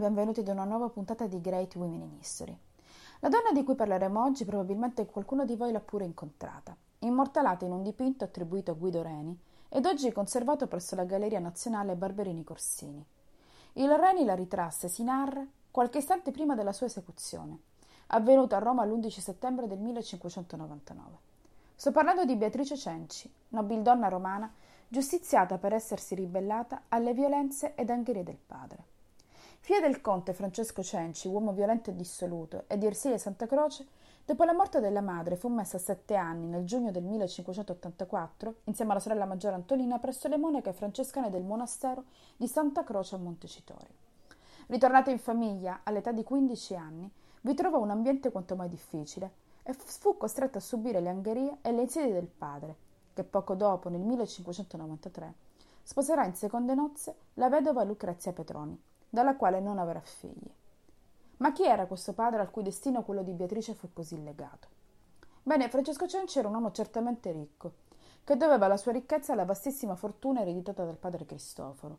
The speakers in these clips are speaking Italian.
benvenuti ad una nuova puntata di Great Women in History. La donna di cui parleremo oggi probabilmente qualcuno di voi l'ha pure incontrata, immortalata in un dipinto attribuito a Guido Reni ed oggi conservato presso la Galleria Nazionale Barberini Corsini. Il Reni la ritrasse, si narra, qualche istante prima della sua esecuzione, avvenuta a Roma l'11 settembre del 1599. Sto parlando di Beatrice Cenci, nobildonna romana, giustiziata per essersi ribellata alle violenze ed angherie del padre. Figlia del conte Francesco Cenci, uomo violento e dissoluto, e di Ersilia Santa Croce, dopo la morte della madre fu messa a 7 anni nel giugno del 1584, insieme alla sorella maggiore Antonina, presso le monache francescane del monastero di Santa Croce a Montecitorio. Ritornata in famiglia all'età di 15 anni, vi trovò un ambiente quanto mai difficile e fu costretta a subire le angherie e le insidie del padre, che poco dopo, nel 1593, sposerà in seconde nozze la vedova Lucrezia Petroni, dalla quale non avrà figli. Ma chi era questo padre al cui destino quello di Beatrice fu così legato? Bene, Francesco Cenci era un uomo certamente ricco, che doveva la sua ricchezza alla vastissima fortuna ereditata dal padre Cristoforo.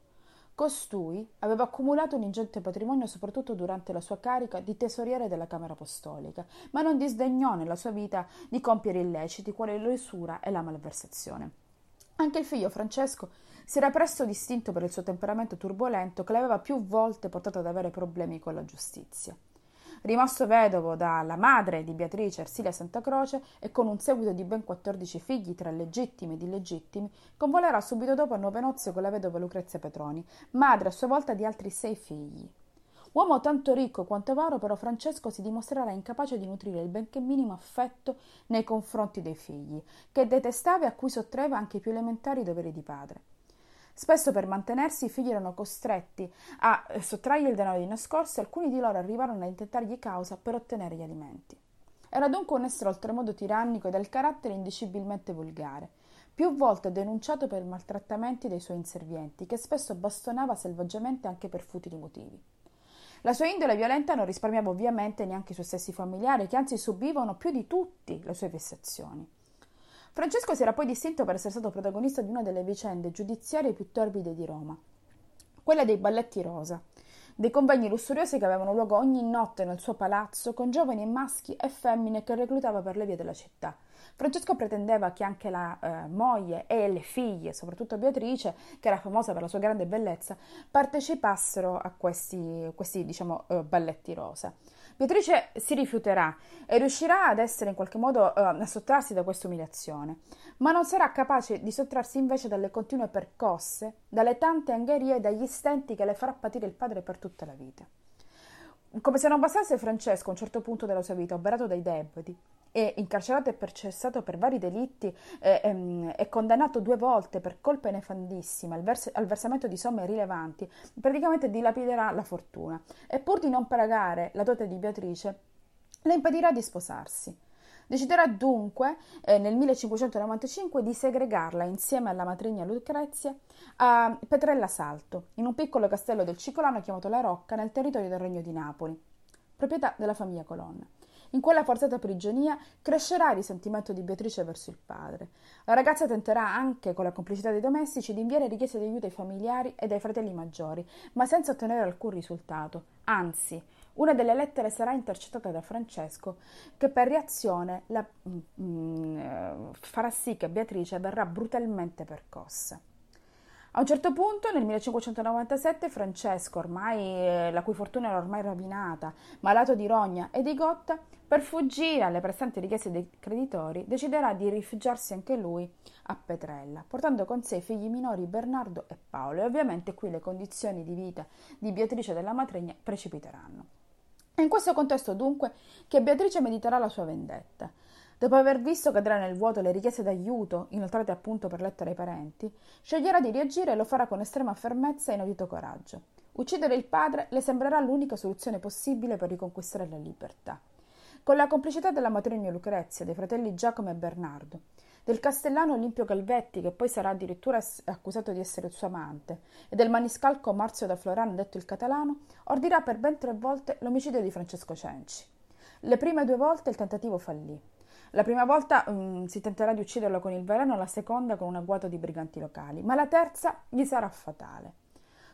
Costui aveva accumulato un ingente patrimonio soprattutto durante la sua carica di tesoriere della Camera Apostolica, ma non disdegnò nella sua vita di compiere illeciti quali l'usura e la malversazione. Anche il figlio Francesco si era presto distinto per il suo temperamento turbolento che l'aveva più volte portato ad avere problemi con la giustizia. Rimasto vedovo dalla madre di Beatrice, Ersilia Santa Croce, e con un seguito di ben 14 figli tra legittimi ed illegittimi, convolerà subito dopo a nuove nozze con la vedova Lucrezia Petroni, madre a sua volta di altri 6 figli. Uomo tanto ricco quanto avaro, però Francesco si dimostrerà incapace di nutrire il benché minimo affetto nei confronti dei figli, che detestava e a cui sottraeva anche i più elementari doveri di padre. Spesso per mantenersi i figli erano costretti a sottrargli il denaro di nascosto e alcuni di loro arrivarono a intentargli causa per ottenere gli alimenti. Era dunque un essere oltremodo tirannico e dal carattere indicibilmente volgare, più volte denunciato per maltrattamenti dei suoi inservienti, che spesso bastonava selvaggiamente anche per futili motivi. La sua indole violenta non risparmiava ovviamente neanche i suoi stessi familiari, che anzi subivano più di tutti le sue vessazioni. Francesco si era poi distinto per essere stato protagonista di una delle vicende giudiziarie più torbide di Roma, quella dei balletti rosa, dei convegni lussuriosi che avevano luogo ogni notte nel suo palazzo con giovani maschi e femmine che reclutava per le vie della città. Francesco pretendeva che anche la moglie e le figlie, soprattutto Beatrice, che era famosa per la sua grande bellezza, partecipassero a questi balletti rosa. Beatrice si rifiuterà e riuscirà ad essere in qualche modo a sottrarsi da questa umiliazione, ma non sarà capace di sottrarsi invece dalle continue percosse, dalle tante angherie e dagli stenti che le farà patire il padre per tutta la vita. Come se non bastasse, Francesco a un certo punto della sua vita, oberato dai debiti, è incarcerato e processato per vari delitti, è condannato 2 volte per colpe nefandissime al versamento di somme rilevanti, praticamente dilapiderà la fortuna e pur di non pagare la dote di Beatrice le impedirà di sposarsi. Deciderà dunque nel 1595 di segregarla insieme alla matrigna Lucrezia a Petrella Salto, in un piccolo castello del Cicolano chiamato La Rocca nel territorio del Regno di Napoli, proprietà della famiglia Colonna. In quella forzata prigionia crescerà il risentimento di Beatrice verso il padre. La ragazza tenterà anche, con la complicità dei domestici, di inviare richieste di aiuto ai familiari e ai fratelli maggiori, ma senza ottenere alcun risultato. Anzi, una delle lettere sarà intercettata da Francesco, che per reazione farà sì che Beatrice verrà brutalmente percossa. A un certo punto, nel 1597, Francesco, la cui fortuna era ormai rovinata, malato di rogna e di gotta, per fuggire alle pressanti richieste dei creditori, deciderà di rifugiarsi anche lui a Petrella, portando con sé i figli minori Bernardo e Paolo, e ovviamente qui le condizioni di vita di Beatrice della Matrigna precipiteranno. È in questo contesto, dunque, che Beatrice mediterà la sua vendetta. Dopo aver visto cadere nel vuoto le richieste d'aiuto, inoltrate appunto per lettera ai parenti, sceglierà di reagire e lo farà con estrema fermezza e inaudito coraggio. Uccidere il padre le sembrerà l'unica soluzione possibile per riconquistare la libertà. Con la complicità della matrigna Lucrezia, dei fratelli Giacomo e Bernardo, del castellano Olimpio Galvetti, che poi sarà addirittura accusato di essere il suo amante, e del maniscalco Marzio da Florano, detto il Catalano, ordirà per ben 3 volte l'omicidio di Francesco Cenci. Le prime 2 volte il tentativo fallì. La prima volta si tenterà di ucciderlo con il veleno, la seconda con un agguato di briganti locali, ma la terza gli sarà fatale.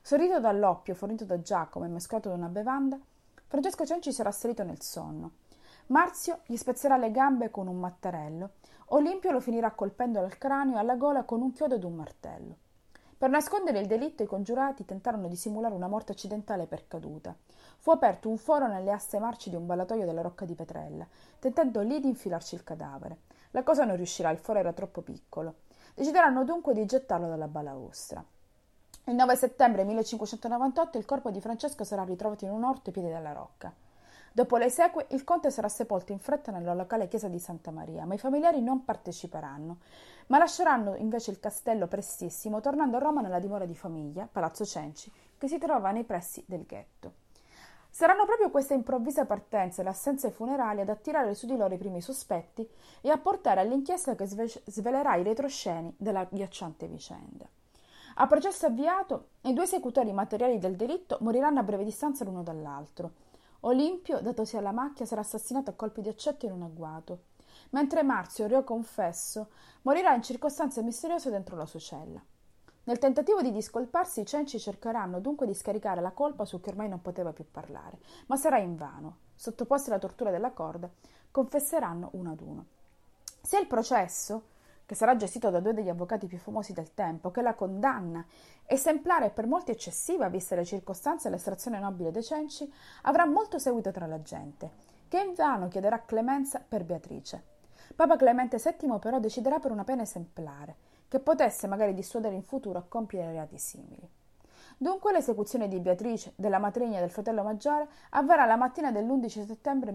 Sorrito dall'oppio fornito da Giacomo e mescolato da una bevanda, Francesco Cenci sarà assalito nel sonno. Marzio gli spezzerà le gambe con un mattarello, Olimpio lo finirà colpendo al cranio e alla gola con un chiodo ed un martello. Per nascondere il delitto i congiurati tentarono di simulare una morte accidentale per caduta. Fu aperto un foro nelle aste marci di un ballatoio della Rocca di Petrella, tentando lì di infilarci il cadavere. La cosa non riuscirà, il foro era troppo piccolo. Decideranno dunque di gettarlo dalla balaustra. Il 9 settembre 1598 il corpo di Francesco sarà ritrovato in un orto ai piedi della rocca. Dopo le esequie, il conte sarà sepolto in fretta nella locale chiesa di Santa Maria, ma i familiari non parteciperanno, ma lasceranno invece il castello prestissimo, tornando a Roma nella dimora di famiglia, Palazzo Cenci, che si trova nei pressi del ghetto. Saranno proprio questa improvvisa partenza e l'assenza ai funerali ad attirare su di loro i primi sospetti e a portare all'inchiesta che svelerà i retrosceni della agghiacciante vicenda. A processo avviato, i due esecutori materiali del delitto moriranno a breve distanza l'uno dall'altro. Olimpio, datosi alla macchia, sarà assassinato a colpi di accetto in un agguato, mentre Marzio, reo confesso, morirà in circostanze misteriose dentro la sua cella. Nel tentativo di discolparsi, i Cenci cercheranno dunque di scaricare la colpa su chi ormai non poteva più parlare, ma sarà invano. Sottoposti alla tortura della corda, confesseranno uno ad uno. Sia il processo, che sarà gestito da due degli avvocati più famosi del tempo, che la condanna, esemplare e per molti eccessiva, viste le circostanze e l'estrazione nobile dei Cenci, avrà molto seguito tra la gente, che invano chiederà clemenza per Beatrice. Papa Clemente VII però deciderà per una pena esemplare, che potesse magari dissuadere in futuro a compiere reati simili. Dunque l'esecuzione di Beatrice, della matrigna e del fratello maggiore, avverrà la mattina dell'11 settembre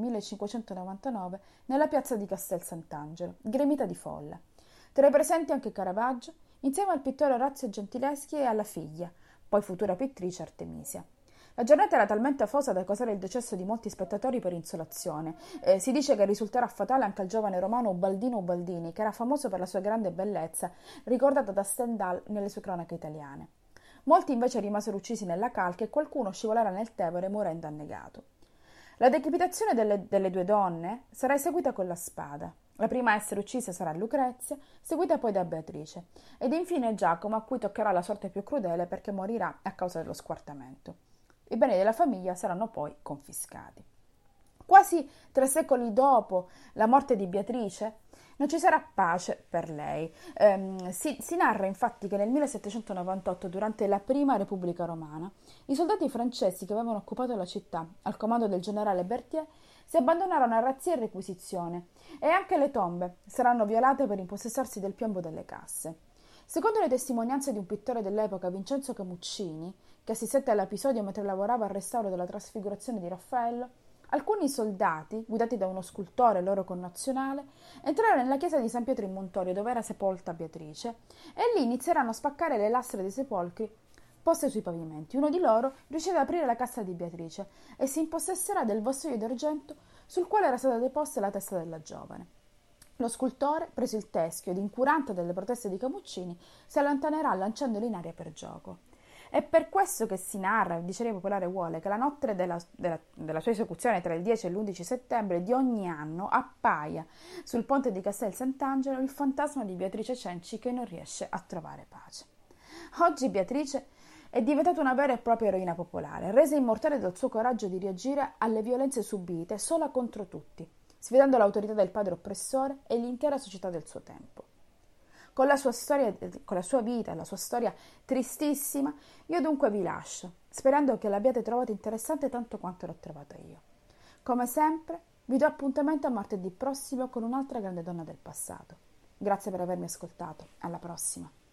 1599 nella piazza di Castel Sant'Angelo, gremita di folla. Tra i presenti anche Caravaggio, insieme al pittore Orazio Gentileschi e alla figlia, poi futura pittrice Artemisia. La giornata era talmente afosa da causare il decesso di molti spettatori per insolazione. Si dice che risulterà fatale anche al giovane romano Ubaldino Ubaldini, che era famoso per la sua grande bellezza, ricordata da Stendhal nelle sue cronache italiane. Molti invece rimasero uccisi nella calca e qualcuno scivolerà nel Tevere morendo annegato. La decapitazione delle due donne sarà eseguita con la spada. La prima a essere uccisa sarà Lucrezia, seguita poi da Beatrice, ed infine Giacomo, a cui toccherà la sorte più crudele perché morirà a causa dello squartamento. I beni della famiglia saranno poi confiscati. Quasi 3 secoli dopo la morte di Beatrice, non ci sarà pace per lei. Si narra infatti che nel 1798, durante la prima Repubblica Romana, i soldati francesi che avevano occupato la città, al comando del generale Berthier, si abbandonarono a razzia e requisizione, e anche le tombe saranno violate per impossessarsi del piombo delle casse. Secondo le testimonianze di un pittore dell'epoca, Vincenzo Camuccini, che assistette all'episodio mentre lavorava al restauro della Trasfigurazione di Raffaello, alcuni soldati, guidati da uno scultore loro connazionale, entrarono nella chiesa di San Pietro in Montorio, dove era sepolta Beatrice, e lì inizieranno a spaccare le lastre dei sepolcri poste sui pavimenti. Uno di loro riuscì ad aprire la cassa di Beatrice e si impossesserà del vassoio d'argento sul quale era stata deposta la testa della giovane. Lo scultore, preso il teschio ed incurante delle proteste di Camuccini, si allontanerà lanciandolo in aria per gioco. È per questo che si narra, diceria popolare vuole, che la notte della sua esecuzione tra il 10 e l'11 settembre di ogni anno appaia sul ponte di Castel Sant'Angelo il fantasma di Beatrice Cenci che non riesce a trovare pace. Oggi Beatrice è diventata una vera e propria eroina popolare, resa immortale dal suo coraggio di reagire alle violenze subite sola contro tutti, sfidando l'autorità del padre oppressore e l'intera società del suo tempo. Con la sua storia, con la sua vita e la sua storia tristissima, io dunque vi lascio, sperando che l'abbiate trovata interessante tanto quanto l'ho trovata io. Come sempre, vi do appuntamento a martedì prossimo con un'altra grande donna del passato. Grazie per avermi ascoltato. Alla prossima.